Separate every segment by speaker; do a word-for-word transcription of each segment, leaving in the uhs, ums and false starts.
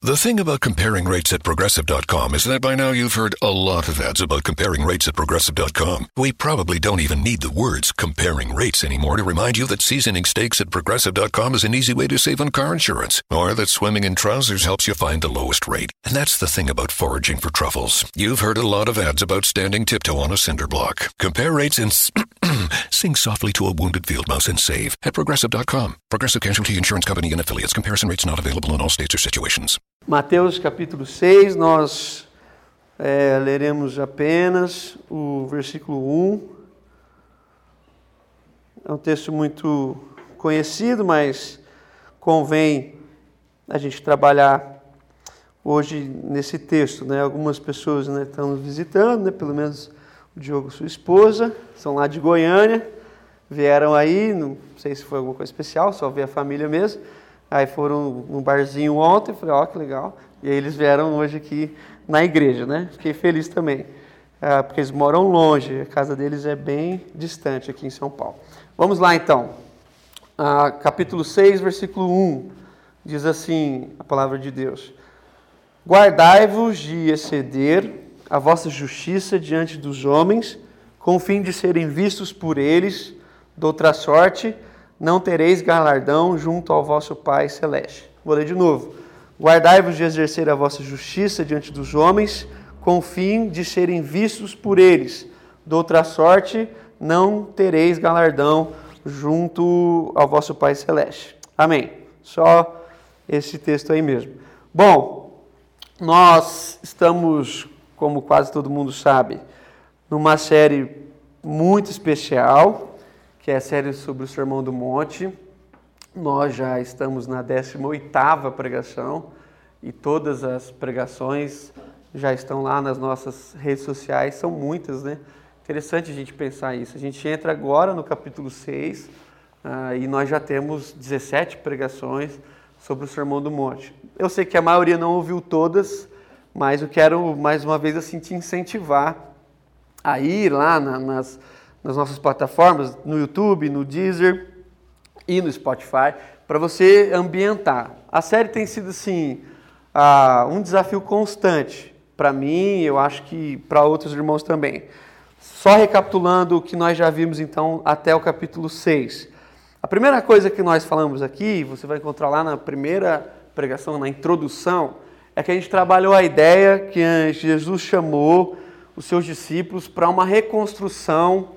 Speaker 1: The thing about comparing rates at Progressive dot com is that by now you've heard a lot of ads about comparing rates at Progressive dot com. We probably don't even need the words comparing rates anymore to remind you that seasoning steaks at Progressive dot com is an easy way to save on car insurance, or that swimming in trousers helps you find the lowest rate. And that's the thing about foraging for truffles. You've heard a lot of ads about standing tiptoe on a cinder block. Compare rates and s- sing softly to a wounded field mouse and save at Progressive dot com. Progressive Casualty Insurance Company and Affiliates. Comparison rates not available in all states or situations.
Speaker 2: Mateus capítulo seis, nós é, leremos apenas o versículo um. É um texto muito conhecido, mas convém a gente trabalhar hoje nesse texto, né? Algumas pessoas, né, estão nos visitando, né? Pelo menos o Diogo e sua esposa, são lá de Goiânia, vieram aí, não sei se foi alguma coisa especial, só ver a família mesmo. Aí foram num barzinho ontem, falei, ó, que legal. E aí eles vieram hoje aqui na igreja, né? Fiquei feliz também, ah, porque eles moram longe, a casa deles é bem distante aqui em São Paulo. Vamos lá então, ah, capítulo seis, versículo um, diz assim a palavra de Deus: Guardai-vos de exceder a vossa justiça diante dos homens, com o fim de serem vistos por eles, de outra sorte, não tereis galardão junto ao vosso Pai Celeste. Vou ler de novo. Guardai-vos de exercer a vossa justiça diante dos homens, com o fim de serem vistos por eles. De outra sorte, não tereis galardão junto ao vosso Pai Celeste. Amém. Só esse texto aí mesmo. Bom, nós estamos, como quase todo mundo sabe, numa série muito especial, que é a série sobre o Sermão do Monte. Nós já estamos na décima oitava pregação e todas as pregações já estão lá nas nossas redes sociais, são muitas, né? Interessante a gente pensar isso. A gente entra agora no capítulo seis uh, e nós já temos dezessete pregações sobre o Sermão do Monte. Eu sei que a maioria não ouviu todas, mas eu quero mais uma vez assim te incentivar a ir lá na, nas nas nossas plataformas, no YouTube, no Deezer e no Spotify, para você ambientar. A série tem sido, assim, uh, um desafio constante para mim, eu acho que para outros irmãos também. Só recapitulando o que nós já vimos, então, até o capítulo seis. A primeira coisa que nós falamos aqui, você vai encontrar lá na primeira pregação, na introdução, é que a gente trabalhou a ideia que Jesus chamou os seus discípulos para uma reconstrução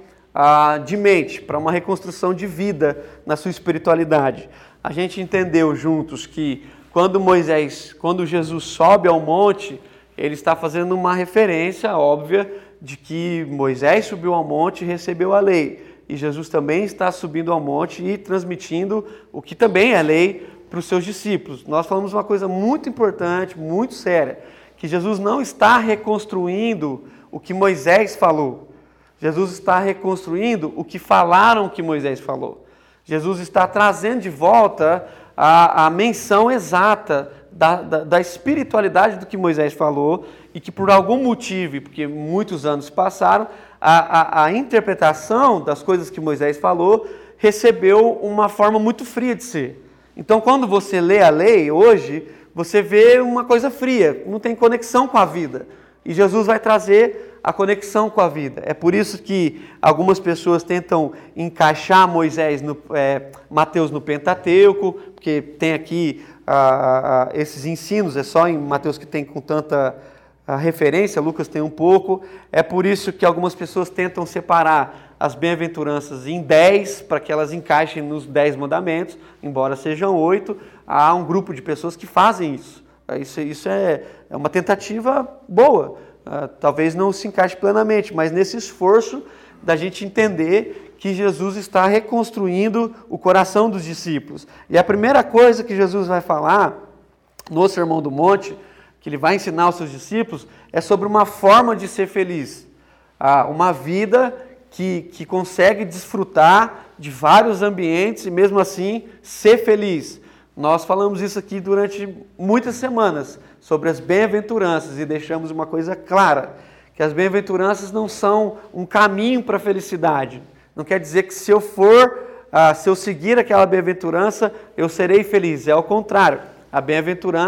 Speaker 2: de mente, para uma reconstrução de vida na sua espiritualidade. A gente entendeu juntos que quando Moisés, quando Jesus sobe ao monte, ele está fazendo uma referência óbvia de que Moisés subiu ao monte e recebeu a lei. E Jesus também está subindo ao monte e transmitindo o que também é lei para os seus discípulos. Nós falamos uma coisa muito importante, muito séria, que Jesus não está reconstruindo o que Moisés falou. Jesus está reconstruindo o que falaram que Moisés falou. Jesus está trazendo de volta a, a menção exata da, da, da espiritualidade do que Moisés falou e que por algum motivo, porque muitos anos passaram, a, a, a interpretação das coisas que Moisés falou recebeu uma forma muito fria de ser. Então, quando você lê a lei hoje, você vê uma coisa fria, não tem conexão com a vida. E Jesus vai trazer a conexão com a vida. É por isso que algumas pessoas tentam encaixar Moisés no, é, Mateus no Pentateuco, porque tem aqui ah, ah, esses ensinos, é só em Mateus que tem com tanta ah, referência, Lucas tem um pouco. É por isso que algumas pessoas tentam separar as bem-aventuranças em dez, para que elas encaixem nos dez mandamentos, embora sejam oito. Há um grupo de pessoas que fazem isso. Isso, isso é, é uma tentativa boa. Uh, talvez não se encaixe plenamente, mas nesse esforço da gente entender que Jesus está reconstruindo o coração dos discípulos. E a primeira coisa que Jesus vai falar no Sermão do Monte, que ele vai ensinar aos seus discípulos, é sobre uma forma de ser feliz. Uh, uma vida que, que consegue desfrutar de vários ambientes e mesmo assim ser feliz. Nós falamos isso aqui durante muitas semanas, sobre as bem-aventuranças, e deixamos uma coisa clara, que as bem-aventuranças não são um caminho para a felicidade. Não quer dizer que se eu for, ah, se eu seguir aquela bem-aventurança, eu serei feliz. É ao contrário. A bem-aventurança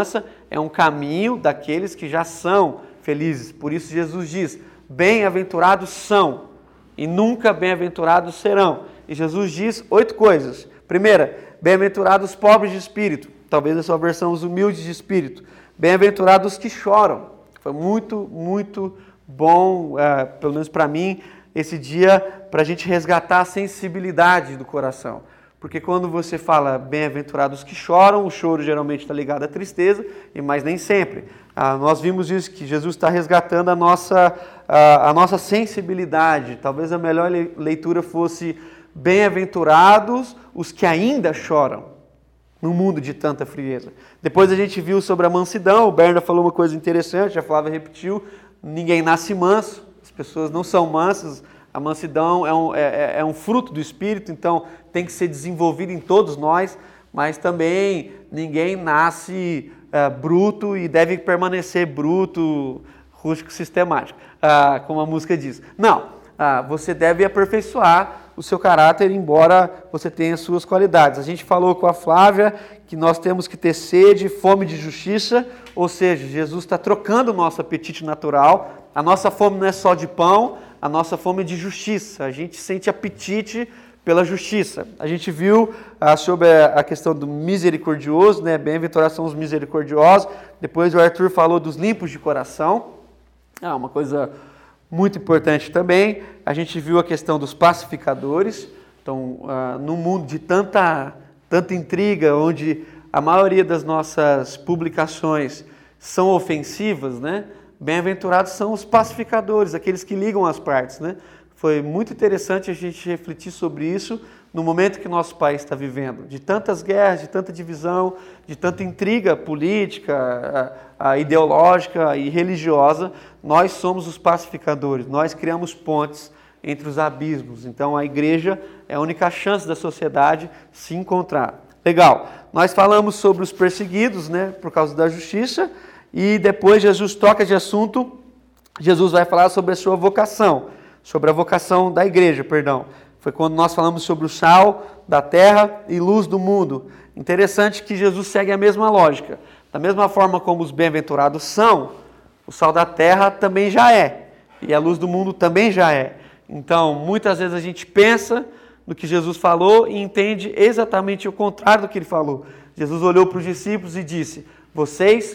Speaker 2: é um caminho daqueles que já são felizes. Por isso Jesus diz, bem-aventurados são e nunca bem-aventurados serão. E Jesus diz oito coisas. Primeira, bem-aventurados os pobres de espírito, talvez a sua versão os humildes de espírito. Bem-aventurados os que choram. Foi muito, muito bom, uh, pelo menos para mim, esse dia, para a gente resgatar a sensibilidade do coração. Porque quando você fala bem-aventurados que choram, o choro geralmente está ligado à tristeza, mas nem sempre. Ah, nós vimos isso, que Jesus está resgatando a nossa, a, a nossa sensibilidade. Talvez a melhor leitura fosse bem-aventurados os que ainda choram no mundo de tanta frieza. Depois a gente viu sobre a mansidão, o Berna falou uma coisa interessante, a Flávia repetiu, ninguém nasce manso, as pessoas não são mansas. A mansidão é um, é, é um fruto do Espírito, então tem que ser desenvolvido em todos nós, mas também ninguém nasce é, bruto e deve permanecer bruto, rústico, sistemático, ah, como a música diz. Não, ah, você deve aperfeiçoar o seu caráter, embora você tenha suas qualidades. A gente falou com a Flávia que nós temos que ter sede, fome de justiça, ou seja, Jesus está trocando o nosso apetite natural. A nossa fome não é só de pão, a nossa fome é de justiça. A gente sente apetite pela justiça. A gente viu ah, sobre a questão do misericordioso, né? Bem-aventurados são os misericordiosos. Depois o Arthur falou dos limpos de coração. Ah, uma coisa muito importante também. A gente viu a questão dos pacificadores. Então, ah, num mundo de tanta, tanta intriga, onde a maioria das nossas publicações são ofensivas, né? Bem-aventurados são os pacificadores, aqueles que ligam as partes, né? Foi muito interessante a gente refletir sobre isso no momento que nosso país está vivendo, de tantas guerras, de tanta divisão, de tanta intriga política, a, a ideológica e religiosa. Nós somos os pacificadores, nós criamos pontes entre os abismos. Então a igreja é a única chance da sociedade se encontrar. Legal, nós falamos sobre os perseguidos, né, por causa da justiça. E depois Jesus toca de assunto, Jesus vai falar sobre a sua vocação, sobre a vocação da igreja, perdão. Foi quando nós falamos sobre o sal da terra e luz do mundo. Interessante que Jesus segue a mesma lógica. Da mesma forma como os bem-aventurados são, o sal da terra também já é. E a luz do mundo também já é. Então, muitas vezes a gente pensa no que Jesus falou e entende exatamente o contrário do que ele falou. Jesus olhou para os discípulos e disse, vocês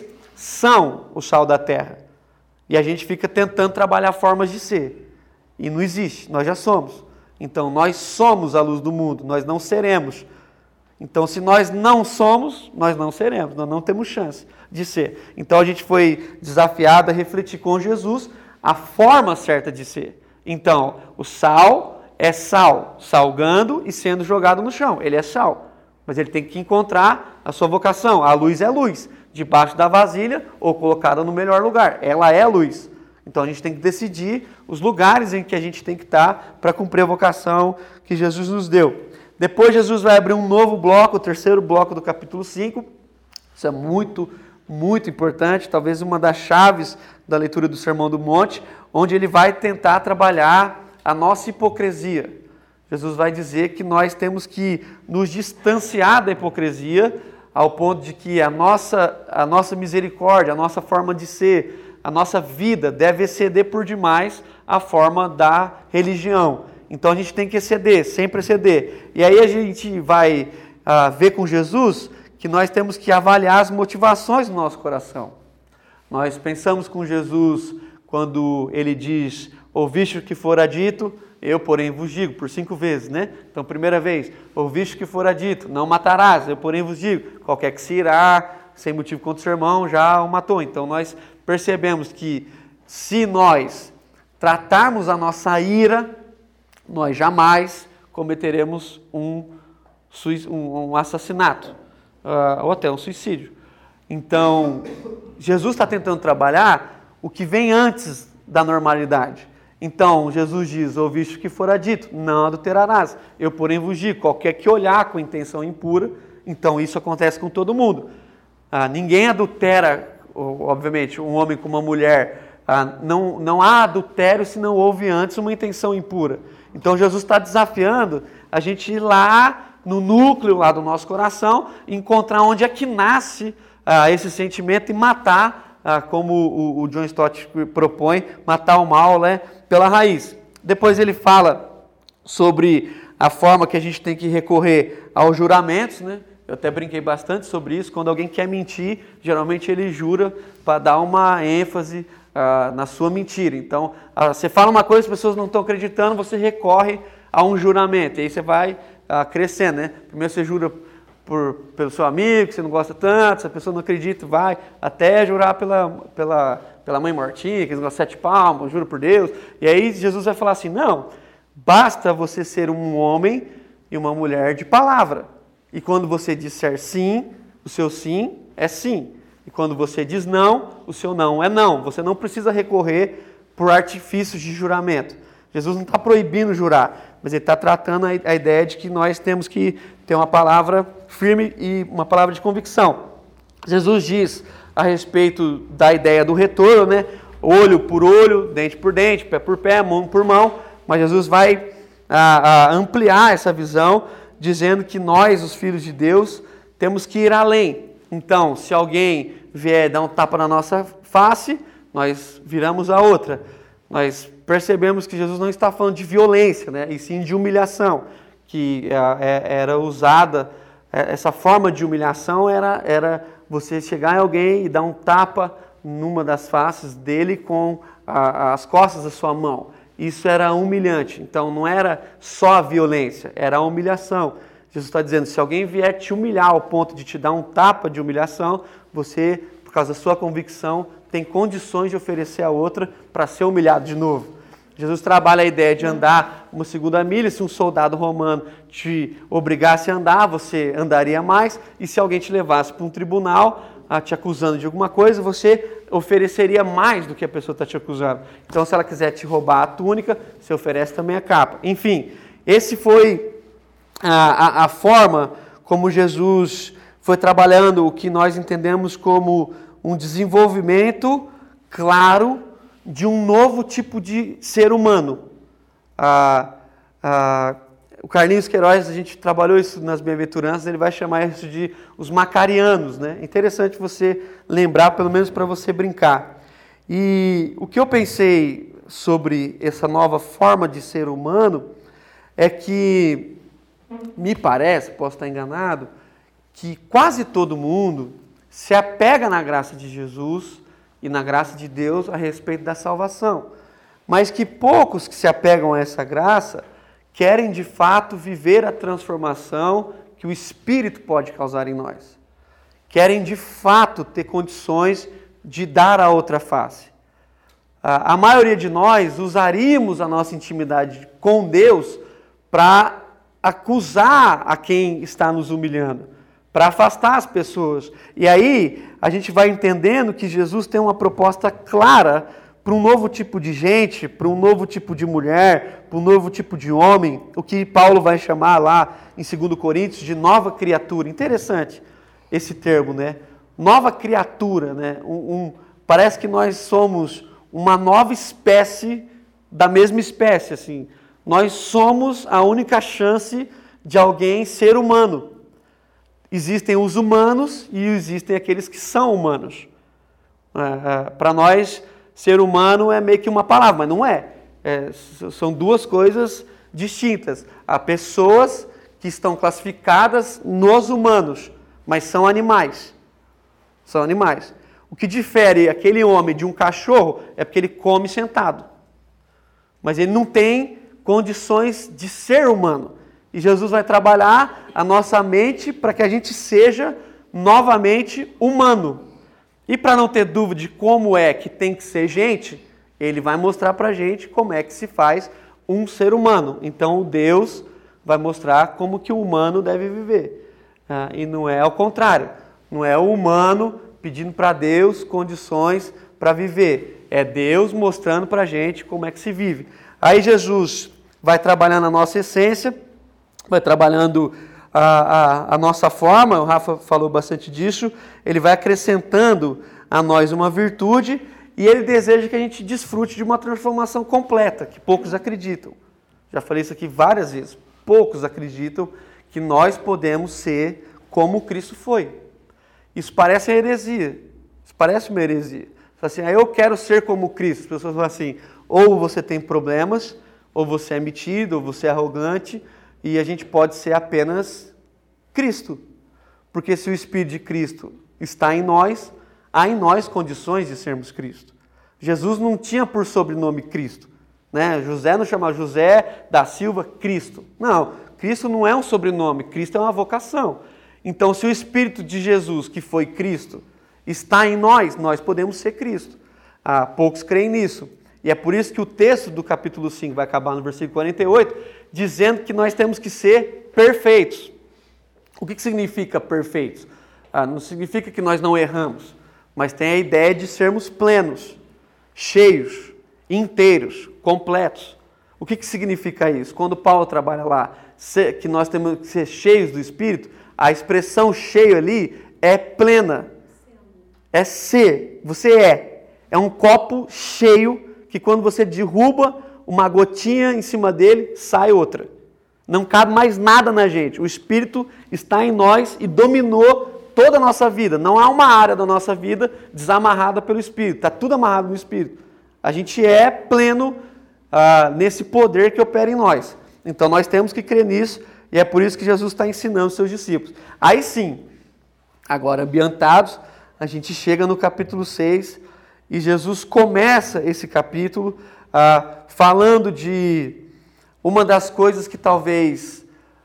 Speaker 2: são o sal da terra. E a gente fica tentando trabalhar formas de ser. E não existe, nós já somos. Então, nós somos a luz do mundo, nós não seremos. Então, se nós não somos, nós não seremos, nós não temos chance de ser. Então, a gente foi desafiado a refletir com Jesus a forma certa de ser. Então, o sal é sal, salgando e sendo jogado no chão. Ele é sal, mas ele tem que encontrar a sua vocação. A luz é luz. Debaixo da vasilha ou colocada no melhor lugar. Ela é a luz. Então a gente tem que decidir os lugares em que a gente tem que estar para cumprir a vocação que Jesus nos deu. Depois Jesus vai abrir um novo bloco, o terceiro bloco do capítulo cinco. Isso é muito, muito importante, talvez uma das chaves da leitura do Sermão do Monte, onde ele vai tentar trabalhar a nossa hipocrisia. Jesus vai dizer que nós temos que nos distanciar da hipocrisia, ao ponto de que a nossa, a nossa misericórdia, a nossa forma de ser, a nossa vida deve exceder por demais a forma da religião. Então a gente tem que exceder, sempre exceder. E aí a gente vai uh, ver com Jesus que nós temos que avaliar as motivações do nosso coração. Nós pensamos com Jesus quando ele diz, ouviste o que fora dito, eu, porém, vos digo, por cinco vezes, né? Então, primeira vez, ouviste o que fora dito, não matarás, eu, porém, vos digo, qualquer que se irá, sem motivo contra o seu irmão, já o matou. Então, nós percebemos que se nós tratarmos a nossa ira, nós jamais cometeremos um, um assassinato, uh, ou até um suicídio. Então, Jesus está tentando trabalhar o que vem antes da normalidade. Então, Jesus diz, ouviste o que fora dito, não adulterarás. Eu, porém, vos digo, qualquer que olhar com intenção impura, então isso acontece com todo mundo. Ah, ninguém adultera, obviamente, um homem com uma mulher. Ah, não, não há adultério se não houve antes uma intenção impura. Então, Jesus está desafiando a gente ir lá no núcleo lá do nosso coração e encontrar onde é que nasce ah, esse sentimento e matar, ah, como o, o John Stott propõe, matar o mal, né, pela raiz. Depois ele fala sobre a forma que a gente tem que recorrer aos juramentos, né? Eu até brinquei bastante sobre isso. Quando alguém quer mentir, geralmente ele jura para dar uma ênfase ah, na sua mentira. Então, ah, você fala uma coisa, as pessoas não estão acreditando, você recorre a um juramento. E aí você vai ah, crescendo, né? Primeiro você jura por, pelo seu amigo, que você não gosta tanto, se a pessoa não acredita, vai até jurar pela, pela, pela mãe mortinha, que eles gostam de sete palmos, jura por Deus. E aí Jesus vai falar assim, não, basta você ser um homem e uma mulher de palavra. E quando você disser sim, o seu sim é sim. E quando você diz não, o seu não é não. Você não precisa recorrer por artifícios de juramento. Jesus não está proibindo jurar, mas ele está tratando a ideia de que nós temos que ter uma palavra firme e uma palavra de convicção. Jesus diz a respeito da ideia do retorno, né? Olho por olho, dente por dente, pé por pé, mão por mão. Mas Jesus vai a, a ampliar essa visão, dizendo que nós, os filhos de Deus, temos que ir além. Então, se alguém vier dar um tapa na nossa face, nós viramos a outra. Nós percebemos que Jesus não está falando de violência, né? E sim de humilhação, que é, era usada, essa forma de humilhação era, era você chegar em alguém e dar um tapa numa das faces dele com a, as costas da sua mão. Isso era humilhante. Então não era só a violência, era a humilhação. Jesus está dizendo, se alguém vier te humilhar ao ponto de te dar um tapa de humilhação, você, por causa da sua convicção, tem condições de oferecer a outra para ser humilhado de novo. Jesus trabalha a ideia de andar uma segunda milha. Se um soldado romano te obrigasse a andar, você andaria mais. E se alguém te levasse para um tribunal, te acusando de alguma coisa, você ofereceria mais do que a pessoa está te acusando. Então, se ela quiser te roubar a túnica, você oferece também a capa. Enfim, esse foi a, a, a forma como Jesus foi trabalhando o que nós entendemos como um desenvolvimento claro de um novo tipo de ser humano. Ah, ah, o Carlinhos Queiroz, a gente trabalhou isso nas Bem-aventuranças, ele vai chamar isso de os macarianos, né? Interessante você lembrar, pelo menos para você brincar. E o que eu pensei sobre essa nova forma de ser humano é que, me parece, posso estar enganado, que quase todo mundo se apega na graça de Jesus e na graça de Deus a respeito da salvação. Mas que poucos que se apegam a essa graça querem de fato viver a transformação que o Espírito pode causar em nós. Querem de fato ter condições de dar a outra face. A maioria de nós usaríamos a nossa intimidade com Deus para acusar a quem está nos humilhando, para afastar as pessoas. E aí a gente vai entendendo que Jesus tem uma proposta clara para um novo tipo de gente, para um novo tipo de mulher, para um novo tipo de homem, o que Paulo vai chamar lá em dois Coríntios de nova criatura. Interessante esse termo, né? Nova criatura, né? Um, um, parece que nós somos uma nova espécie da mesma espécie, assim. Nós somos a única chance de alguém ser humano. Existem os humanos e existem aqueles que são humanos. É, é, para nós, ser humano é meio que uma palavra, mas não é. é. São duas coisas distintas. Há pessoas que estão classificadas nos humanos, mas são animais. São animais. O que difere aquele homem de um cachorro é porque ele come sentado. Mas ele não tem condições de ser humano. E Jesus vai trabalhar a nossa mente para que a gente seja novamente humano. E para não ter dúvida de como é que tem que ser gente, ele vai mostrar para a gente como é que se faz um ser humano. Então Deus vai mostrar como que o humano deve viver. Ah, e não é ao contrário. Não é o humano pedindo para Deus condições para viver. É Deus mostrando para a gente como é que se vive. Aí Jesus vai trabalhando a nossa essência, vai trabalhando a, a, a nossa forma, o Rafa falou bastante disso, ele vai acrescentando a nós uma virtude e ele deseja que a gente desfrute de uma transformação completa, que poucos acreditam. Já falei isso aqui várias vezes. Poucos acreditam que nós podemos ser como Cristo foi. Isso parece heresia. Isso parece uma heresia. Assim, ah, eu quero ser como Cristo. As pessoas falam assim, ou você tem problemas, ou você é metido, ou você é arrogante, e a gente pode ser apenas Cristo. Porque se o Espírito de Cristo está em nós, há em nós condições de sermos Cristo. Jesus não tinha por sobrenome Cristo. Né? José não chamava José da Silva Cristo. Não, Cristo não é um sobrenome, Cristo é uma vocação. Então, se o Espírito de Jesus, que foi Cristo, está em nós, nós podemos ser Cristo. Ah, poucos creem nisso. E é por isso que o texto do capítulo cinco vai acabar no versículo quarenta e oito, dizendo que nós temos que ser perfeitos. O que, que significa perfeitos? Ah, não significa que nós não erramos, mas tem a ideia de sermos plenos, cheios, inteiros, completos. O que, que significa isso? Quando Paulo trabalha lá, que nós temos que ser cheios do Espírito, a expressão cheio ali é plena. É ser, você é. É um copo cheio que quando você derruba uma gotinha em cima dele, sai outra. Não cabe mais nada na gente. O Espírito está em nós e dominou toda a nossa vida. Não há uma área da nossa vida desamarrada pelo Espírito. Está tudo amarrado no Espírito. A gente é pleno ah, nesse poder que opera em nós. Então nós temos que crer nisso e é por isso que Jesus está ensinando os seus discípulos. Aí sim, agora ambientados, a gente chega no capítulo seis e Jesus começa esse capítulo ah, falando de uma das coisas que talvez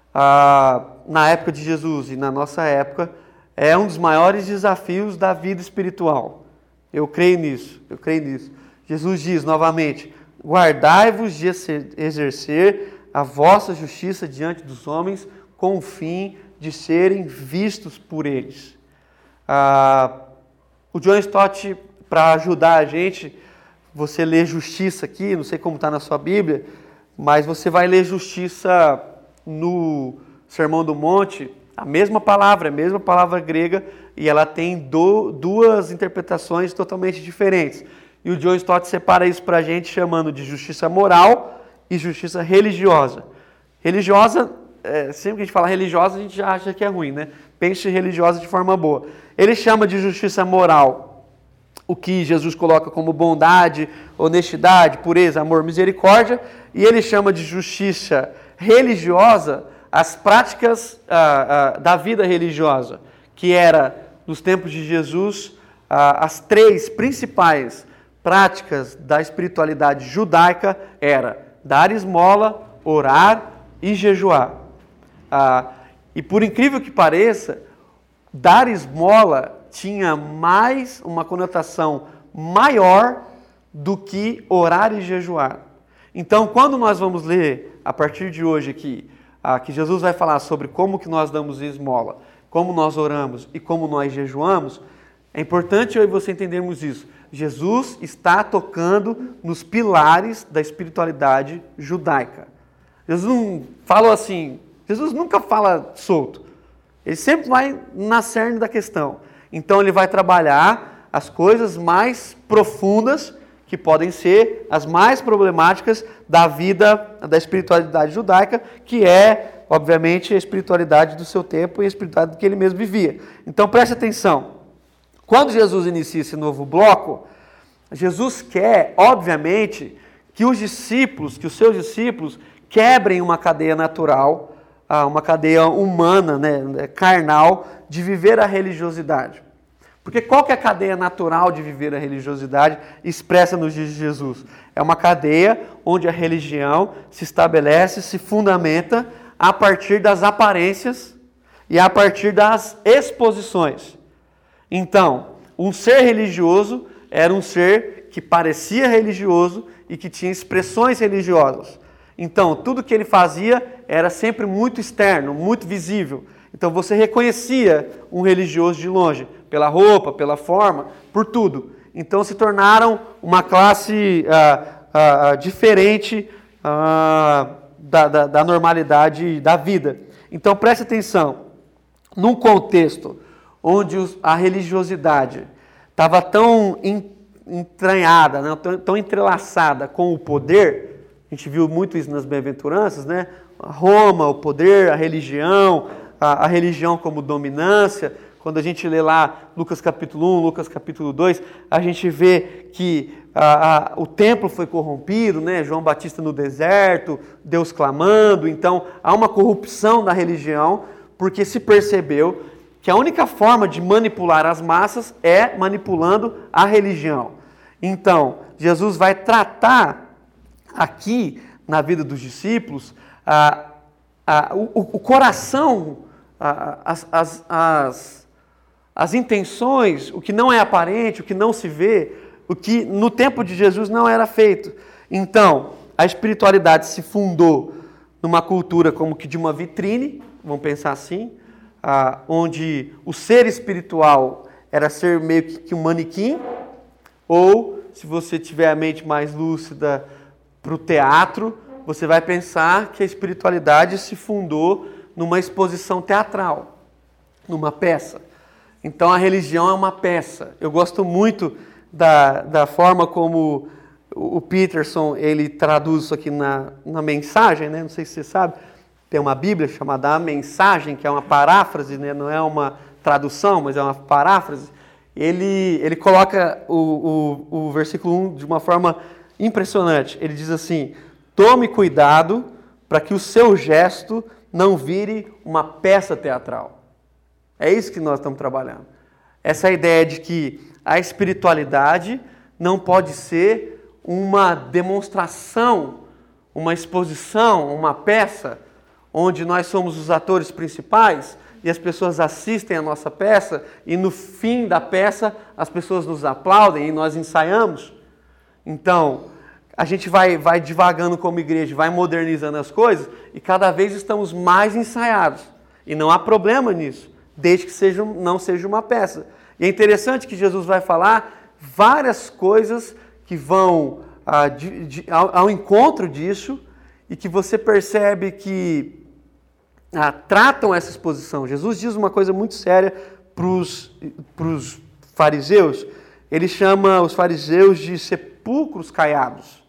Speaker 2: ah, na época de Jesus e na nossa época é um dos maiores desafios da vida espiritual. Eu creio nisso, eu creio nisso. Jesus diz novamente, guardai-vos de exercer a vossa justiça diante dos homens com o fim de serem vistos por eles. Ah, o John Stott, para ajudar a gente, você lê justiça aqui, não sei como está na sua Bíblia, mas você vai ler justiça no Sermão do Monte, a mesma palavra, a mesma palavra grega, e ela tem do, duas interpretações totalmente diferentes. E o John Stott separa isso para a gente chamando de justiça moral e justiça religiosa. Religiosa, é, sempre que a gente fala religiosa, a gente já acha que é ruim, né? Pense religiosa de forma boa. Ele chama de justiça moral o que Jesus coloca como bondade, honestidade, pureza, amor, misericórdia, e ele chama de justiça religiosa as práticas ah, ah, da vida religiosa, que era, nos tempos de Jesus, ah, as três principais práticas da espiritualidade judaica era dar esmola, orar e jejuar. Ah, e por incrível que pareça, dar esmola tinha mais uma conotação maior do que orar e jejuar. Então, quando nós vamos ler, a partir de hoje aqui, ah, que Jesus vai falar sobre como que nós damos esmola, como nós oramos e como nós jejuamos, é importante eu e você entendermos isso. Jesus está tocando nos pilares da espiritualidade judaica. Jesus não fala assim, Jesus nunca fala solto. Ele sempre vai na cerne da questão. Então ele vai trabalhar as coisas mais profundas, que podem ser as mais problemáticas da vida, da espiritualidade judaica, que é, obviamente, a espiritualidade do seu tempo e a espiritualidade que ele mesmo vivia. Então preste atenção. Quando Jesus inicia esse novo bloco, Jesus quer, obviamente, que os discípulos, que os seus discípulos, quebrem uma cadeia natural, uma cadeia humana, né, carnal, de viver a religiosidade. Porque qual que é a cadeia natural de viver a religiosidade expressa nos dias de Jesus? É uma cadeia onde a religião se estabelece, se fundamenta a partir das aparências e a partir das exposições. Então, um ser religioso era um ser que parecia religioso e que tinha expressões religiosas. Então, tudo que ele fazia era sempre muito externo, muito visível. Então, você reconhecia um religioso de longe, pela roupa, pela forma, por tudo. Então, se tornaram uma classe ah, ah, diferente ah, da, da, da normalidade da vida. Então, preste atenção. Num contexto onde os, a religiosidade estava tão entranhada, né, tão, tão entrelaçada com o poder, a gente viu muito isso nas bem-aventuranças, né? Roma, o poder, a religião, a, a religião como dominância, Quando a gente lê lá Lucas capítulo um, Lucas capítulo dois, a gente vê que a, a, o templo foi corrompido, né? João Batista no deserto, Deus clamando. Então, há uma corrupção da religião, porque se percebeu que a única forma de manipular as massas é manipulando a religião. Então, Jesus vai tratar aqui, na vida dos discípulos, a, a, o, o coração, a, as, as, as, as intenções, o que não é aparente, o que não se vê, o que no tempo de Jesus não era feito. Então, a espiritualidade se fundou numa cultura como que de uma vitrine, vamos pensar assim, ah, onde o ser espiritual era ser meio que um manequim, ou, se você tiver a mente mais lúcida para o teatro, você vai pensar que a espiritualidade se fundou numa exposição teatral, numa peça. Então, a religião é uma peça. Eu gosto muito da, da forma como o Peterson ele traduz isso aqui na, na mensagem, né? Não sei se você sabe, tem uma Bíblia chamada A Mensagem, que é uma paráfrase, né? Não é uma tradução, mas é uma paráfrase. Ele, ele coloca o, o, o versículo um de uma forma impressionante. Ele diz assim: tome cuidado para que o seu gesto não vire uma peça teatral. É isso que nós estamos trabalhando. Essa ideia de que a espiritualidade não pode ser uma demonstração, uma exposição, uma peça, onde nós somos os atores principais e as pessoas assistem a nossa peça e no fim da peça as pessoas nos aplaudem e nós ensaiamos. Então, a gente vai, vai divagando como igreja, vai modernizando as coisas e cada vez estamos mais ensaiados. E não há problema nisso, desde que seja, não seja uma peça. E é interessante que Jesus vai falar várias coisas que vão ah, de, de, ao, ao encontro disso e que você percebe que ah, tratam essa exposição. Jesus diz uma coisa muito séria para os fariseus. Ele chama os fariseus de sepulcros caiados.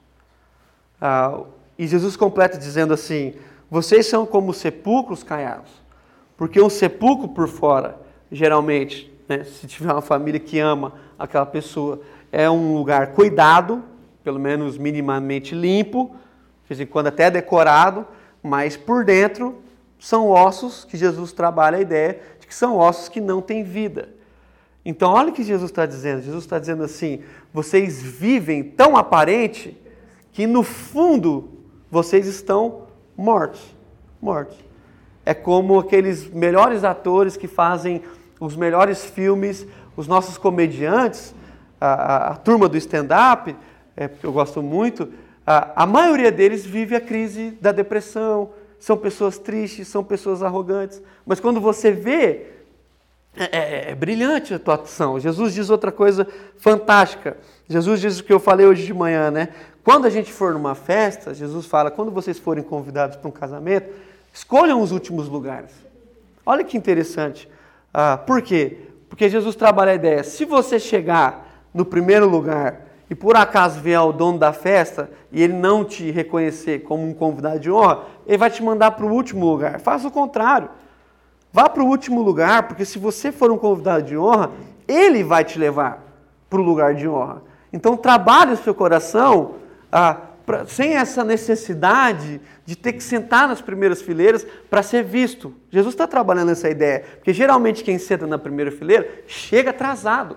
Speaker 2: Ah, e Jesus completa dizendo assim: vocês são como sepulcros caiados. Porque um sepulcro por fora, geralmente, né, se tiver uma família que ama aquela pessoa, é um lugar cuidado, pelo menos minimamente limpo, de vez em quando até decorado, mas por dentro são ossos que Jesus trabalha a ideia de que são ossos que não têm vida. Então, olha o que Jesus está dizendo. Jesus está dizendo assim: vocês vivem tão aparente que no fundo vocês estão mortos. Mortos. É como aqueles melhores atores que fazem os melhores filmes, os nossos comediantes, a, a, a turma do stand-up, é, porque eu gosto muito, a, a maioria deles vive a crise da depressão, são pessoas tristes, são pessoas arrogantes, mas quando você vê, é, é, é brilhante a tua ação. Jesus diz outra coisa fantástica. Jesus diz o que eu falei hoje de manhã, né? Quando a gente for numa festa, Jesus fala, quando vocês forem convidados para um casamento, escolham os últimos lugares. Olha que interessante. Ah, por quê? Porque Jesus trabalha a ideia, se você chegar no primeiro lugar e por acaso vier o dono da festa e ele não te reconhecer como um convidado de honra, ele vai te mandar para o último lugar. Faça o contrário. Vá para o último lugar, porque se você for um convidado de honra, ele vai te levar para o lugar de honra. Então trabalhe o seu coração ah, pra, sem essa necessidade de ter que sentar nas primeiras fileiras para ser visto. Jesus está trabalhando essa ideia, porque geralmente quem senta na primeira fileira chega atrasado.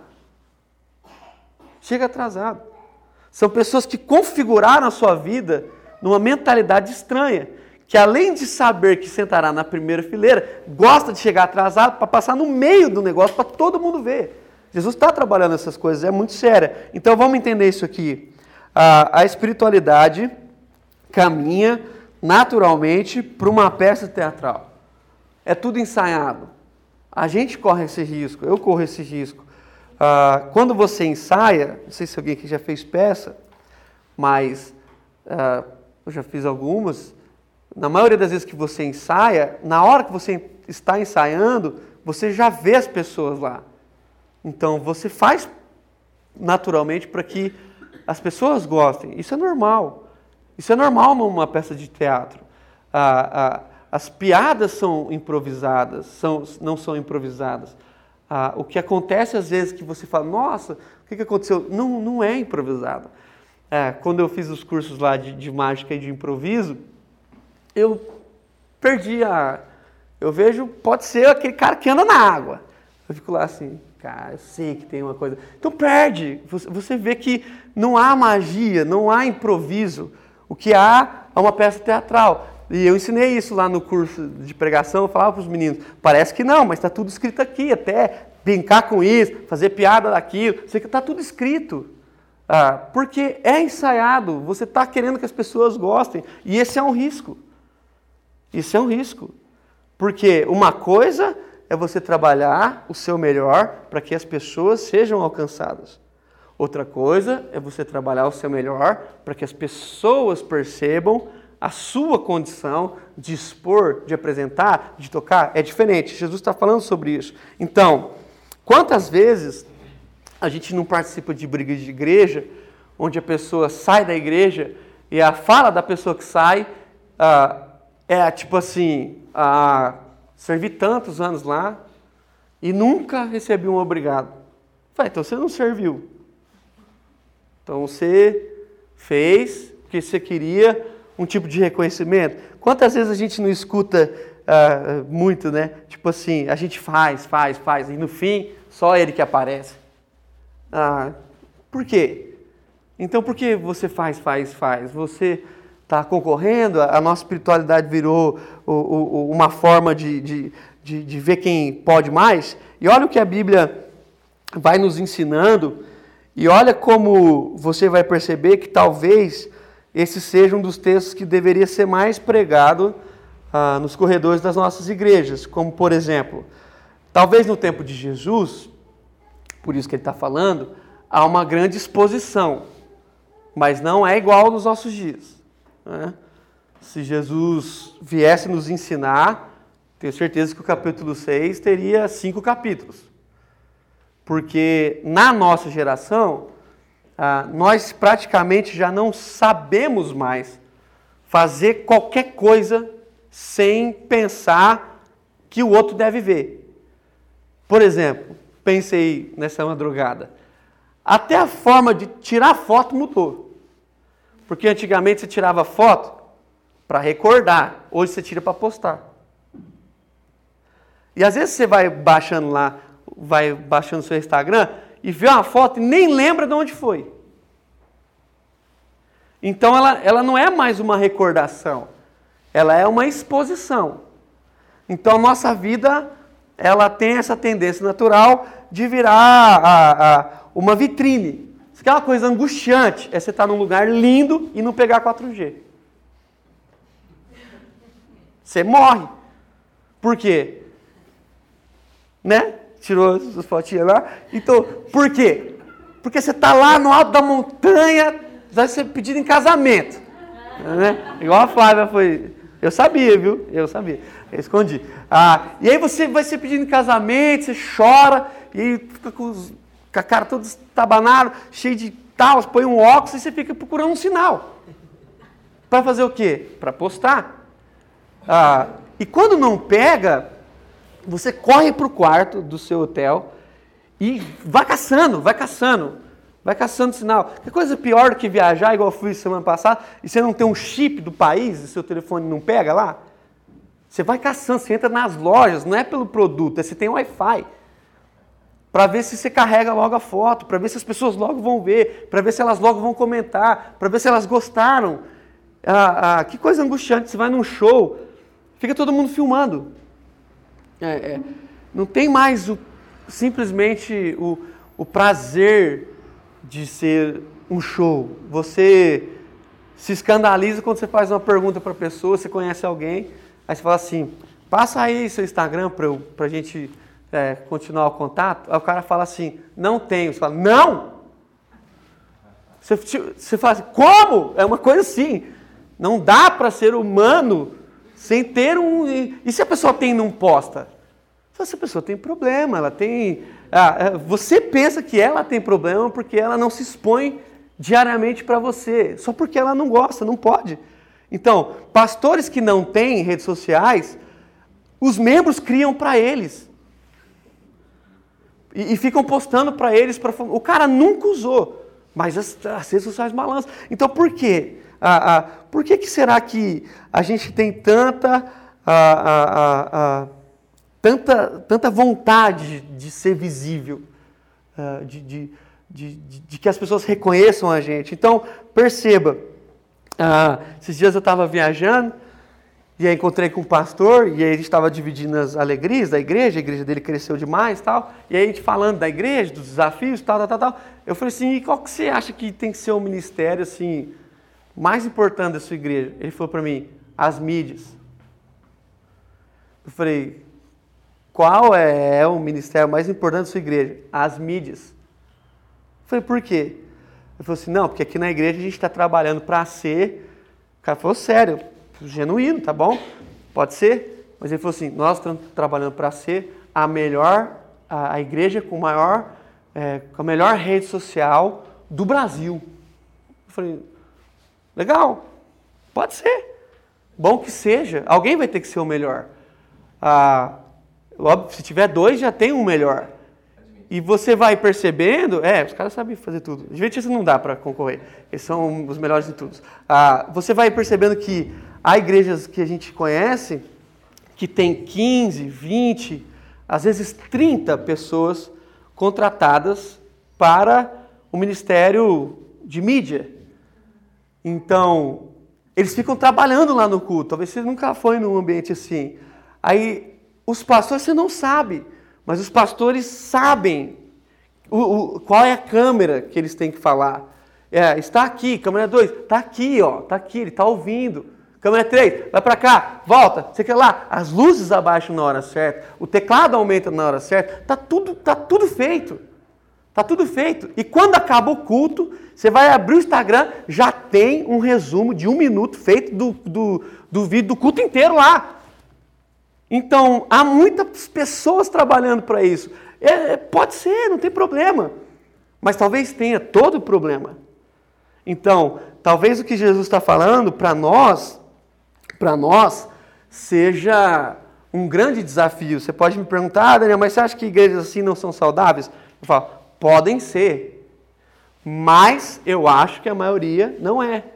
Speaker 2: Chega atrasado. São pessoas que configuraram a sua vida numa mentalidade estranha, que além de saber que sentará na primeira fileira, gosta de chegar atrasado para passar no meio do negócio para todo mundo ver. Jesus está trabalhando essas coisas, é muito séria. Então vamos entender isso aqui. A, a espiritualidade caminha naturalmente para uma peça teatral. É tudo ensaiado. A gente corre esse risco, eu corro esse risco. Ah, quando você ensaia, não sei se alguém aqui já fez peça, mas ah, eu já fiz algumas. Na maioria das vezes que você ensaia, na hora que você está ensaiando, você já vê as pessoas lá. Então você faz naturalmente para que as pessoas gostem. Isso é normal. Isso é normal numa peça de teatro. Ah, ah, as piadas são improvisadas, são, não são improvisadas. Ah, o que acontece às vezes que você fala, nossa, o que, que aconteceu? Não, não é improvisado. É, quando eu fiz os cursos lá de, de mágica e de improviso, eu perdi a... Eu vejo, pode ser aquele cara que anda na água. Eu fico lá assim, cara, eu sei que tem uma coisa... Então perde. Você, você vê que não há magia, não há improviso. O que há é uma peça teatral. E eu ensinei isso lá no curso de pregação, eu falava para os meninos, parece que não, mas está tudo escrito aqui, até brincar com isso, fazer piada daquilo, está tudo escrito. Ah, porque é ensaiado, você está querendo que as pessoas gostem, e esse é um risco. Isso é um risco. Porque uma coisa é você trabalhar o seu melhor para que as pessoas sejam alcançadas. Outra coisa é você trabalhar o seu melhor para que as pessoas percebam a sua condição de expor, de apresentar, de tocar. É diferente. Jesus está falando sobre isso. Então, quantas vezes a gente não participa de brigas de igreja, onde a pessoa sai da igreja e a fala da pessoa que sai ah, é tipo assim, ah, servi tantos anos lá e nunca recebi um obrigado. Vai, então você não serviu. Então você fez porque você queria um tipo de reconhecimento. Quantas vezes a gente não escuta uh, muito, né? Tipo assim, a gente faz, faz, faz, e no fim, só ele que aparece. Ah, por quê? Então por que você faz, faz, faz? Você está concorrendo, a nossa espiritualidade virou o, o, uma forma de, de, de, de ver quem pode mais. E olha o que a Bíblia vai nos ensinando. E olha como você vai perceber que talvez esse seja um dos textos que deveria ser mais pregado ah, nos corredores das nossas igrejas. Como, por exemplo, talvez no tempo de Jesus, por isso que ele está falando, há uma grande exposição, mas não é igual nos nossos dias. Né? Se Jesus viesse nos ensinar, tenho certeza que o capítulo seis teria cinco capítulos. Porque na nossa geração, ah, nós praticamente já não sabemos mais fazer qualquer coisa sem pensar que o outro deve ver. Por exemplo, pensei nessa madrugada, até a forma de tirar foto mudou. Porque antigamente você tirava foto para recordar, hoje você tira para postar. E às vezes você vai baixando lá, vai baixando seu Instagram e vê uma foto e nem lembra de onde foi. Então ela, ela não é mais uma recordação, ela é uma exposição. Então a nossa vida, ela tem essa tendência natural de virar a, a, uma vitrine. Isso que é uma coisa angustiante, é você estar num lugar lindo e não pegar quatro G. Você morre. Por quê? Né? Tirou as fotinhas lá. Então, por quê? Porque você está lá no alto da montanha, vai ser pedido em casamento. Né? Igual a Flávia foi. Eu sabia, viu? Eu sabia. Eu escondi. Ah, e aí você vai ser pedido em casamento, você chora, e fica com, os, com a cara toda estabanada, cheio de tal, você põe um óculos e você fica procurando um sinal. Para fazer o quê? Para postar. Ah, e quando não pega, você corre para o quarto do seu hotel e vai caçando, vai caçando, vai caçando sinal. Que coisa pior do que viajar, igual eu fui semana passada, e você não tem um chip do país e seu telefone não pega lá? Você vai caçando, você entra nas lojas, não é pelo produto, é se tem Wi-Fi. Para ver se você carrega logo a foto, para ver se as pessoas logo vão ver, para ver se elas logo vão comentar, para ver se elas gostaram. Ah, ah, que coisa angustiante, você vai num show, fica todo mundo filmando. É, é, não tem mais o, simplesmente o, o prazer de ser um show. Você se escandaliza quando você faz uma pergunta para a pessoa, você conhece alguém, aí você fala assim, passa aí seu Instagram para a gente é, continuar o contato. Aí o cara fala assim, não tenho. Você fala, não! Você, você fala assim, como? É uma coisa assim. Não dá para ser humano sem ter um... E se a pessoa tem e não posta? Se a pessoa tem problema, ela tem... Ah, você pensa que ela tem problema porque ela não se expõe diariamente para você, só porque ela não gosta, não pode. Então, pastores que não têm redes sociais, os membros criam para eles. E, e ficam postando para eles, pra, o cara nunca usou, mas as, as redes sociais balançam. Então por quê? Ah, ah, por que, que será que a gente tem tanta, ah, ah, ah, tanta, tanta vontade de ser visível, ah, de, de, de, de, de que as pessoas reconheçam a gente? Então perceba, ah, esses dias eu estava viajando, e aí encontrei com um pastor, e aí a gente estava dividindo as alegrias da igreja, a igreja dele cresceu demais e tal, e aí a gente falando da igreja, dos desafios, tal, tal, tal, tal. Eu falei assim, e qual que você acha que tem que ser o ministério, assim, mais importante da sua igreja? Ele falou para mim, as mídias. Eu falei, qual é o ministério mais importante da sua igreja? As mídias. Eu falei, por quê? Ele falou assim, não, porque aqui na igreja a gente está trabalhando para ser... O cara falou, sério, genuíno, tá bom? Pode ser. Mas ele falou assim, nós estamos trabalhando para ser a melhor, a, a igreja com, maior, é, com a melhor rede social do Brasil. Eu falei, legal, pode ser. Bom que seja. Alguém vai ter que ser o melhor. Ah, óbvio, se tiver dois, já tem um melhor. E você vai percebendo, é, os caras sabem fazer tudo. Adventista não dá para concorrer, eles são os melhores de todos. Ah, você vai percebendo que há igrejas que a gente conhece que tem quinze, vinte, às vezes trinta pessoas contratadas para o ministério de mídia. Então, eles ficam trabalhando lá no culto. Talvez você nunca foi num ambiente assim. Aí, os pastores, você não sabe. Mas os pastores sabem o, o, qual é a câmera que eles têm que falar. É, está aqui, câmera dois, está aqui, ó, está aqui, ele está ouvindo. Câmera três, vai para cá, volta, você quer lá. As luzes abaixam na hora certa, o teclado aumenta na hora certa, está tudo, tá tudo feito. Está tudo feito. E quando acaba o culto, você vai abrir o Instagram, já tem um resumo de um minuto feito do, do, do vídeo do culto inteiro lá. Então, há muitas pessoas trabalhando para isso. É, pode ser, não tem problema. Mas talvez tenha todo o problema. Então, talvez o que Jesus está falando para nós, para nós, seja um grande desafio. Você pode me perguntar, ah, Daniel, mas você acha que igrejas assim não são saudáveis? Eu falo, podem ser. Mas eu acho que a maioria não é.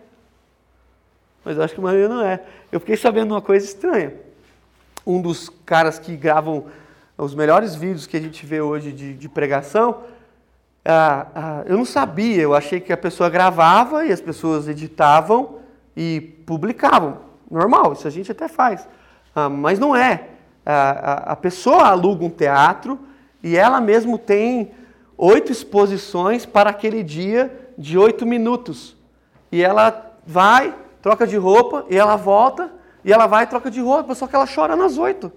Speaker 2: Mas eu acho que a maioria não é. Eu fiquei sabendo uma coisa estranha. Um dos caras que gravam os melhores vídeos que a gente vê hoje de, de pregação, ah, ah, eu não sabia, eu achei que a pessoa gravava e as pessoas editavam e publicavam. Normal, isso a gente até faz. Ah, mas não é. Ah, a, a pessoa aluga um teatro e ela mesmo tem oito exposições para aquele dia de oito minutos. E ela vai, troca de roupa e ela volta. E ela vai e troca de roupa, só que ela chora nas oito.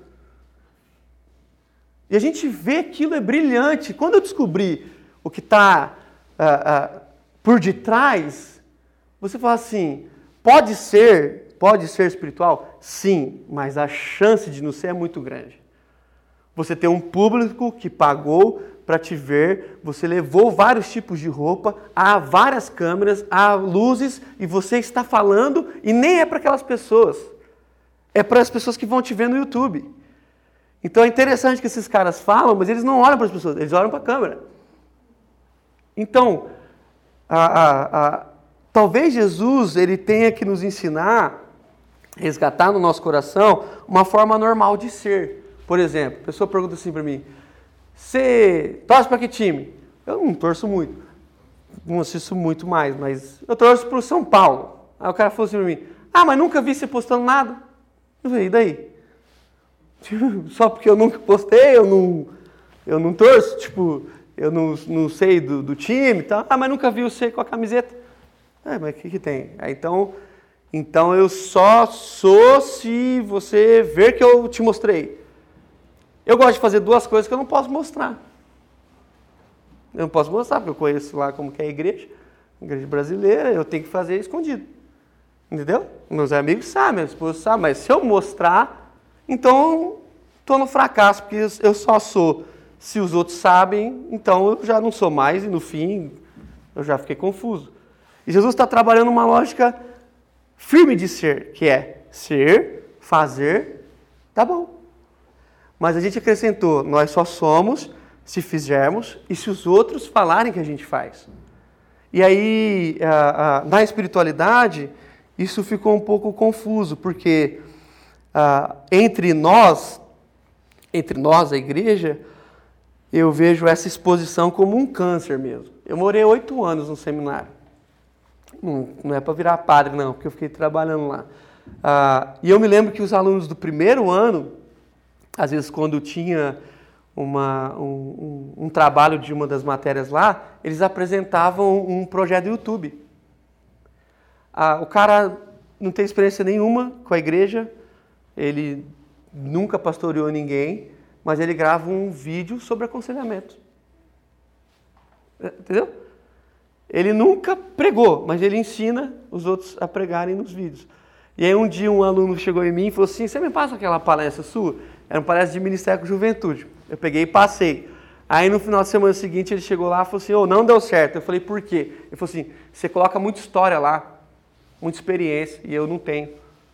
Speaker 2: E a gente vê aquilo é brilhante. Quando eu descobri o que está ah, ah, por detrás, você fala assim, pode ser, pode ser espiritual? Sim, mas a chance de não ser é muito grande. Você tem um público que pagou para te ver, você levou vários tipos de roupa, há várias câmeras, há luzes, e você está falando, e nem é para aquelas pessoas. É para as pessoas que vão te ver no YouTube. Então é interessante que esses caras falam, mas eles não olham para as pessoas, eles olham para a câmera. Então, a, a, a, talvez Jesus ele tenha que nos ensinar, resgatar no nosso coração, uma forma normal de ser. Por exemplo, a pessoa pergunta assim para mim, você torce para que time? Eu não torço muito, não assisto muito mais, mas eu torço para o São Paulo. Aí o cara falou assim para mim, ah, mas nunca vi você postando nada. Eu falei, e daí? Só porque eu nunca postei, eu não, eu não torço, tipo, eu não, não sei do, do time e tal. Ah, mas nunca vi você com a camiseta. É, mas o que, que tem? Ah, então, então eu só sou se você ver que eu te mostrei. Eu gosto de fazer duas coisas que eu não posso mostrar. Eu não posso mostrar, porque eu conheço lá como que é a igreja, a igreja brasileira, eu tenho que fazer escondido. Entendeu? Meus amigos sabem, minha esposa sabe, mas se eu mostrar, então estou no fracasso, porque eu só sou. Se os outros sabem, então eu já não sou mais, e no fim eu já fiquei confuso. E Jesus está trabalhando uma lógica firme de ser, que é ser, fazer, tá bom. Mas a gente acrescentou, nós só somos se fizermos e se os outros falarem que a gente faz. E aí, a, a, na espiritualidade, isso ficou um pouco confuso, porque a, entre nós, entre nós, a igreja, eu vejo essa exposição como um câncer mesmo. Eu morei oito anos no seminário. Não, não é para virar padre, não, porque eu fiquei trabalhando lá. Ah, e eu me lembro que os alunos do primeiro ano, às vezes quando tinha uma, um, um, um trabalho de uma das matérias lá, eles apresentavam um projeto do YouTube. Ah, o cara não tem experiência nenhuma com a igreja, ele nunca pastoreou ninguém, mas ele grava um vídeo sobre aconselhamento. Entendeu? Ele nunca pregou, mas ele ensina os outros a pregarem nos vídeos. E aí um dia um aluno chegou em mim e falou assim, você me passa aquela palestra sua? Era uma palestra de Ministério com Juventude. Eu peguei e passei. Aí no final de semana seguinte ele chegou lá e falou assim, oh, não deu certo. Eu falei, por quê? Ele falou assim, você coloca muita história lá, muita experiência, e eu não tenho.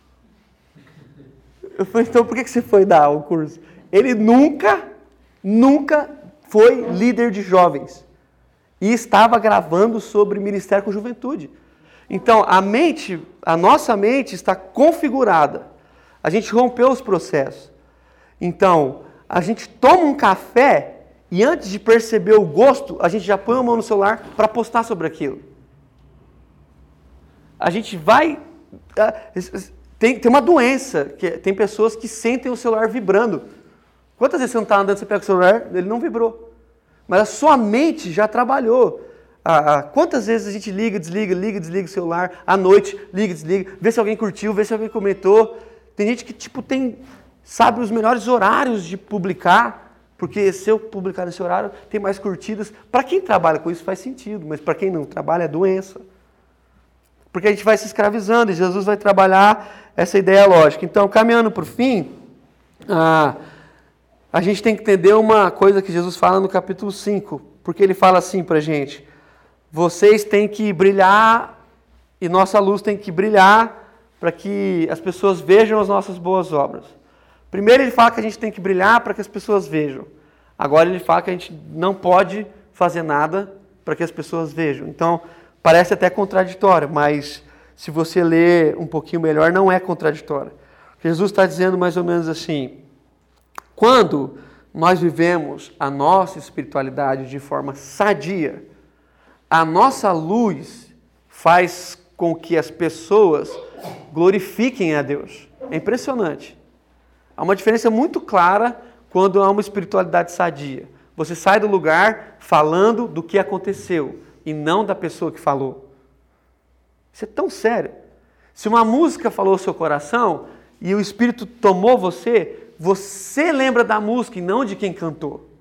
Speaker 2: Eu falei, então por que você foi dar o curso? Ele nunca, nunca foi líder de jovens. E estava gravando sobre Ministério com Juventude. Então, a mente, a nossa mente está configurada. A gente rompeu os processos. Então, a gente toma um café e antes de perceber o gosto, a gente já põe a mão no celular para postar sobre aquilo. A gente vai... Tem, tem uma doença, que tem pessoas que sentem o celular vibrando. Quantas vezes você não está andando, você pega o celular, ele não vibrou. Mas a sua mente já trabalhou. Ah, ah, quantas vezes a gente liga, desliga, liga, desliga o celular, à noite, liga, desliga, vê se alguém curtiu, vê se alguém comentou. Tem gente que tipo tem, sabe os melhores horários de publicar, porque se eu publicar nesse horário, tem mais curtidas. Para quem trabalha com isso faz sentido, mas para quem não trabalha é doença. Porque a gente vai se escravizando e Jesus vai trabalhar essa ideia lógica. Então, caminhando para o fim, ah, a gente tem que entender uma coisa que Jesus fala no capítulo cinco, porque ele fala assim para a gente, vocês têm que brilhar e nossa luz tem que brilhar para que as pessoas vejam as nossas boas obras. Primeiro ele fala que a gente tem que brilhar para que as pessoas vejam. Agora ele fala que a gente não pode fazer nada para que as pessoas vejam. Então, parece até contraditório, mas se você ler um pouquinho melhor, não é contraditório. Jesus está dizendo mais ou menos assim, quando nós vivemos a nossa espiritualidade de forma sadia, a nossa luz faz com que as pessoas glorifiquem a Deus. É impressionante. Há uma diferença muito clara quando há uma espiritualidade sadia. Você sai do lugar falando do que aconteceu e não da pessoa que falou. Isso é tão sério. Se uma música falou ao seu coração e o Espírito tomou você, você lembra da música e não de quem cantou.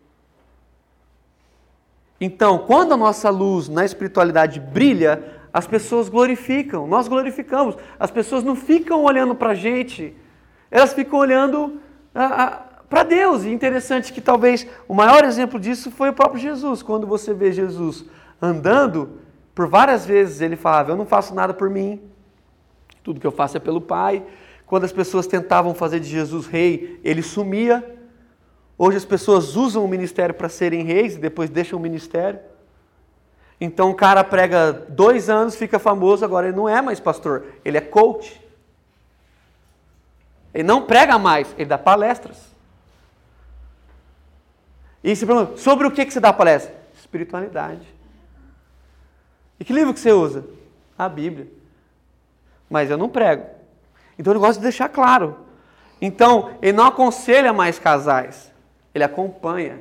Speaker 2: Então, quando a nossa luz na espiritualidade brilha, as pessoas glorificam, nós glorificamos. As pessoas não ficam olhando para a gente, elas ficam olhando para Deus. E interessante que talvez o maior exemplo disso foi o próprio Jesus. Quando você vê Jesus andando, por várias vezes ele falava, eu não faço nada por mim, tudo que eu faço é pelo Pai. Quando as pessoas tentavam fazer de Jesus rei, ele sumia. Hoje as pessoas usam o ministério para serem reis e depois deixam o ministério. Então o cara prega dois anos, fica famoso, agora ele não é mais pastor, ele é coach. Ele não prega mais, ele dá palestras. E você pergunta, sobre o que você dá palestra? Espiritualidade. E que livro que você usa? A Bíblia. Mas eu não prego. Então ele gosta de deixar claro. Então, ele não aconselha mais casais. Ele acompanha.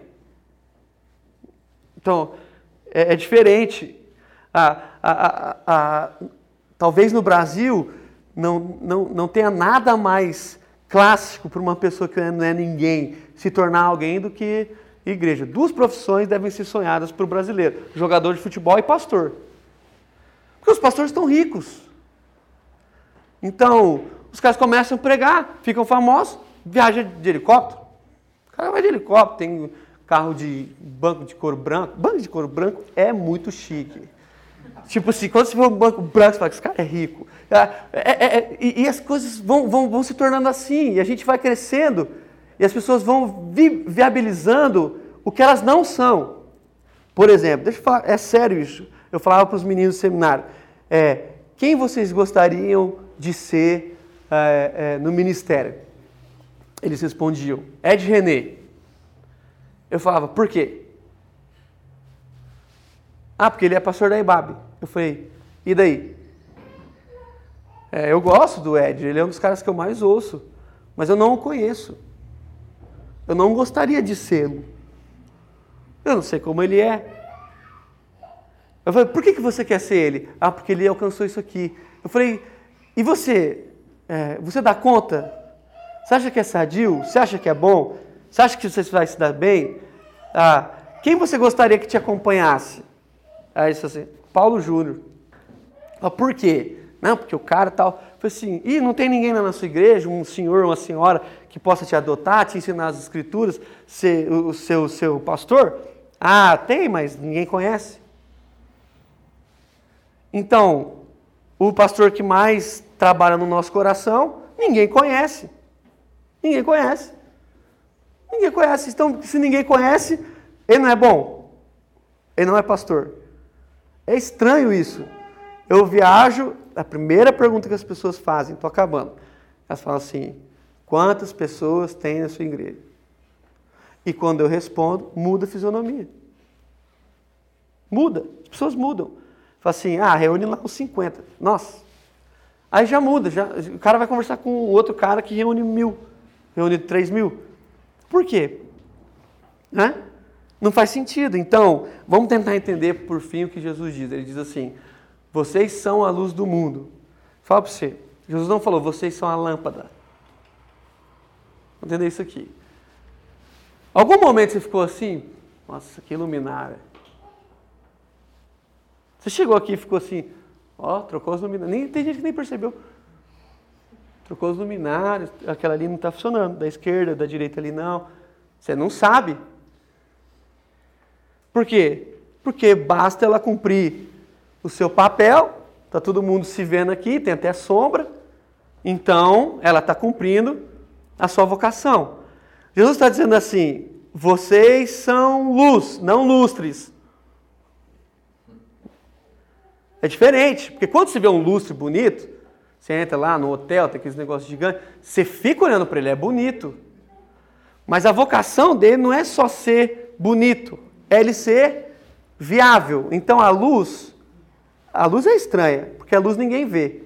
Speaker 2: Então, é, é diferente. Ah, ah, ah, ah, talvez no Brasil não, não, não tenha nada mais clássico para uma pessoa que não é ninguém se tornar alguém do que igreja. Duas profissões devem ser sonhadas para o brasileiro. Jogador de futebol e pastor. Porque os pastores estão ricos. Então, os caras começam a pregar, ficam famosos, viajam de helicóptero. O cara vai de helicóptero, tem carro de banco de couro branco. Banco de couro branco é muito chique. Tipo assim, quando você vê um banco branco, você fala que esse cara é rico. É, é, é, e, e as coisas vão, vão, vão se tornando assim, e a gente vai crescendo, e as pessoas vão vi, viabilizando o que elas não são. Por exemplo, deixa eu falar, é sério isso. Eu falava para os meninos do seminário, é, quem vocês gostariam de ser é, é, no ministério? Eles respondiam, Ed René. Eu falava, por quê? Ah, porque ele é pastor da I B A B. Eu falei, e daí? É, eu gosto do Ed, ele é um dos caras que eu mais ouço, mas eu não o conheço. Eu não gostaria de sê-lo. Eu não sei como ele é. Eu falei, por que, que você quer ser ele? Ah, porque ele alcançou isso aqui. Eu falei, e você? É, você dá conta? Você acha que é sadio? Você acha que é bom? Você acha que você vai se dar bem? Ah, quem você gostaria que te acompanhasse? Aí ele disse assim, Paulo Júnior. Ah, por quê? Não, porque o cara tal. Eu falei assim, e não tem ninguém na sua igreja, um senhor, uma senhora, que possa te adotar, te ensinar as escrituras, ser o seu, seu pastor? Ah, tem, mas ninguém conhece. Então, o pastor que mais trabalha no nosso coração, ninguém conhece. Ninguém conhece. Ninguém conhece. Então, se ninguém conhece, ele não é bom. Ele não é pastor. É estranho isso. Eu viajo, a primeira pergunta que as pessoas fazem, estou acabando, elas falam assim, quantas pessoas tem na sua igreja? E quando eu respondo, muda a fisionomia. Muda, as pessoas mudam. Fala assim, ah, reúne lá uns cinquenta. Nossa, aí já muda, já, o cara vai conversar com o outro cara que reúne mil, reúne três mil. Por quê? Né? Não faz sentido. Então, vamos tentar entender por fim o que Jesus diz. Ele diz assim, vocês são a luz do mundo. Fala para você, Jesus não falou, vocês são a lâmpada. Vamos entender isso aqui. Algum momento você ficou assim, nossa, que luminária. Você chegou aqui e ficou assim, ó, trocou os luminários. Nem, tem gente que nem percebeu. Trocou os luminários, aquela ali não está funcionando, da esquerda, da direita ali não. Você não sabe. Por quê? Porque basta ela cumprir o seu papel, está todo mundo se vendo aqui, tem até sombra, então ela está cumprindo a sua vocação. Jesus está dizendo assim, vocês são luz, não lustres. É diferente, porque quando você vê um lustre bonito, você entra lá no hotel, tem aqueles negócios gigantes, você fica olhando para ele, é bonito. Mas a vocação dele não é só ser bonito, é ele ser viável. Então a luz, a luz é estranha, porque a luz ninguém vê.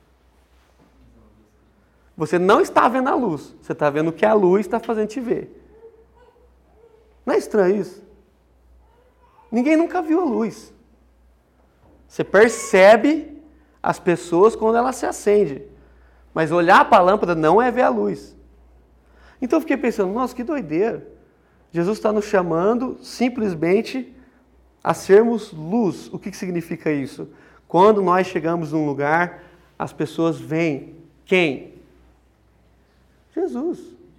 Speaker 2: Você não está vendo a luz, você está vendo o que a luz está fazendo te ver. Não é estranho isso? Ninguém nunca viu a luz. Você percebe as pessoas quando ela se acende. Mas olhar para a lâmpada não é ver a luz. Então eu fiquei pensando, nossa, que doideira. Jesus está nos chamando simplesmente a sermos luz. O que, que significa isso? Quando nós chegamos num lugar, as pessoas veem. Quem? Jesus.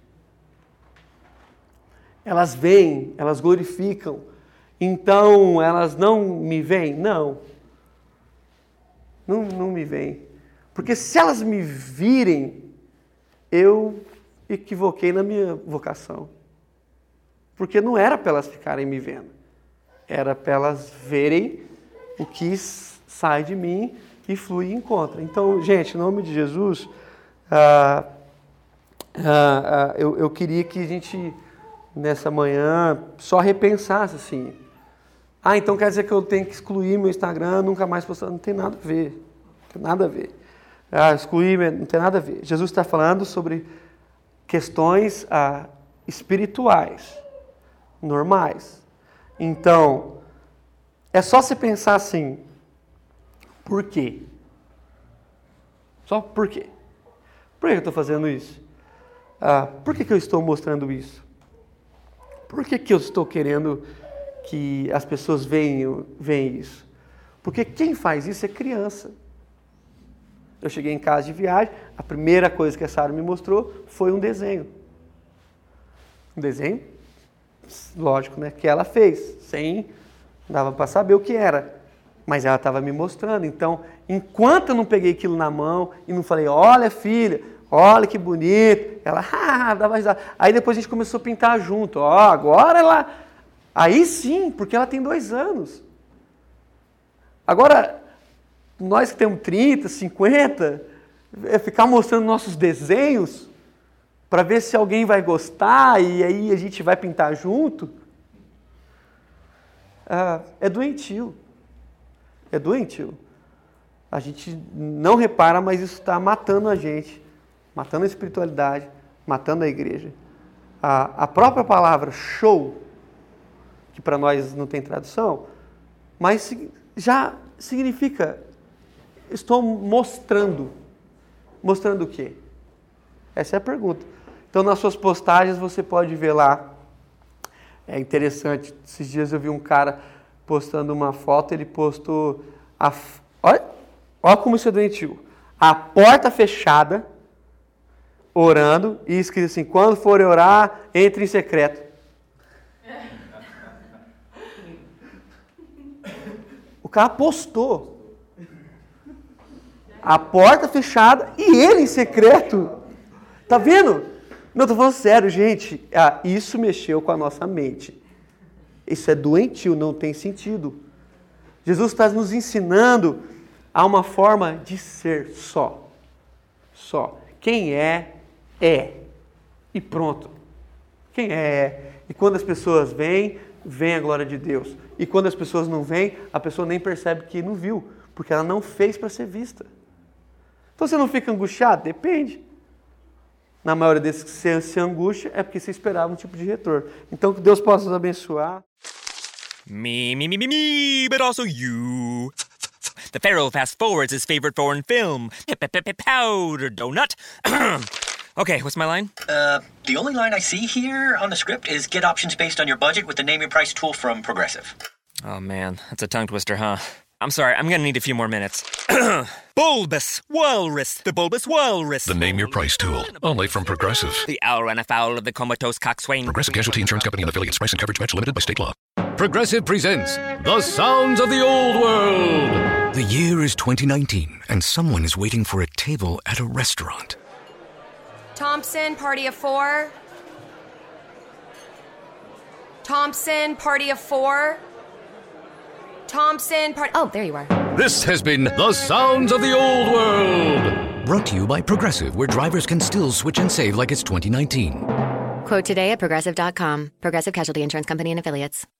Speaker 2: Elas veem, elas glorificam. Então, elas não me veem? Não. Não, não me veem. Porque se elas me virem, eu equivoquei na minha vocação. Porque não era para elas ficarem me vendo. Era para elas verem o que sai de mim e flui e encontra. Então, gente, em nome de Jesus, ah, ah, ah, eu, eu queria que a gente, nessa manhã, só repensasse assim. Ah, então quer dizer que eu tenho que excluir meu Instagram, nunca mais postar. Não tem nada a ver. Não tem nada a ver. Ah, excluir, não tem nada a ver. Jesus está falando sobre questões ah, espirituais, normais. Então, é só você pensar assim, por quê? Só por quê? Por que eu estou fazendo isso? Ah, por que, que eu estou mostrando isso? Por que, que eu estou querendo que as pessoas vejam, vejam isso? Porque quem faz isso é criança. Eu cheguei em casa de viagem, a primeira coisa que a Sara me mostrou foi um desenho. Um desenho, lógico, né, que ela fez, sem, dava para saber o que era. Mas ela estava me mostrando. Então, enquanto eu não peguei aquilo na mão e não falei, olha filha, olha que bonito, ela, ah, dava risada. Aí depois a gente começou a pintar junto. Ó, agora ela Aí sim, porque ela tem dois anos. Agora, nós que temos trinta, cinquenta, é ficar mostrando nossos desenhos para ver se alguém vai gostar e aí a gente vai pintar junto. Ah, é doentio. É doentio. A gente não repara, mas isso está matando a gente, matando a espiritualidade, matando a igreja. A, a própria palavra show, que para nós não tem tradução, mas já significa, estou mostrando. Mostrando o quê? Essa é a pergunta. Então, nas suas postagens, você pode ver lá. É interessante, esses dias eu vi um cara postando uma foto, ele postou, a, olha, olha como isso é doentio, a porta fechada, orando, e escrito assim, quando for orar, entre em secreto. O cara postou a porta fechada e ele em secreto. Tá vendo? Não, tô falando sério, gente. Ah, isso mexeu com a nossa mente. Isso é doentio, não tem sentido. Jesus está nos ensinando a uma forma de ser só. Só. Quem é, é. E pronto. Quem é, é. E quando as pessoas vêm, vem a glória de Deus. E quando as pessoas não vêm, a pessoa nem percebe que não viu, porque ela não fez para ser vista. Então você não fica angustiado? Depende. Na maioria desses que você se angústia é porque você esperava um tipo de retorno. Então que Deus possa nos abençoar.
Speaker 3: Me, me, me, me, me, but also you. The Pharaoh fast forwards his favorite foreign film, Powder Donut. Okay, what's my line?
Speaker 4: Uh, the only line I see here on the script is get options based on your budget with the Name Your Price tool from Progressive.
Speaker 3: Oh man, that's a tongue twister, huh? I'm sorry, I'm gonna need a few more minutes. Bulbous Walrus, the Bulbous Walrus.
Speaker 1: The Name Your Price tool, only from Progressive.
Speaker 3: The owl ran afoul of the comatose coxswain.
Speaker 1: Progressive Casualty Insurance Company and affiliates. Price and coverage match limited by state law.
Speaker 5: Progressive presents The Sounds of the Old World.
Speaker 6: The year is twenty nineteen, and someone is waiting for a table at a restaurant.
Speaker 7: Thompson, party of four. Thompson, party of four. Thompson, part... Oh, there you are.
Speaker 5: This has been The Sounds of the Old World.
Speaker 6: Brought to you by Progressive, where drivers can still switch and save like it's twenty nineteen.
Speaker 8: Quote today at Progressive dot com. Progressive Casualty Insurance Company and Affiliates.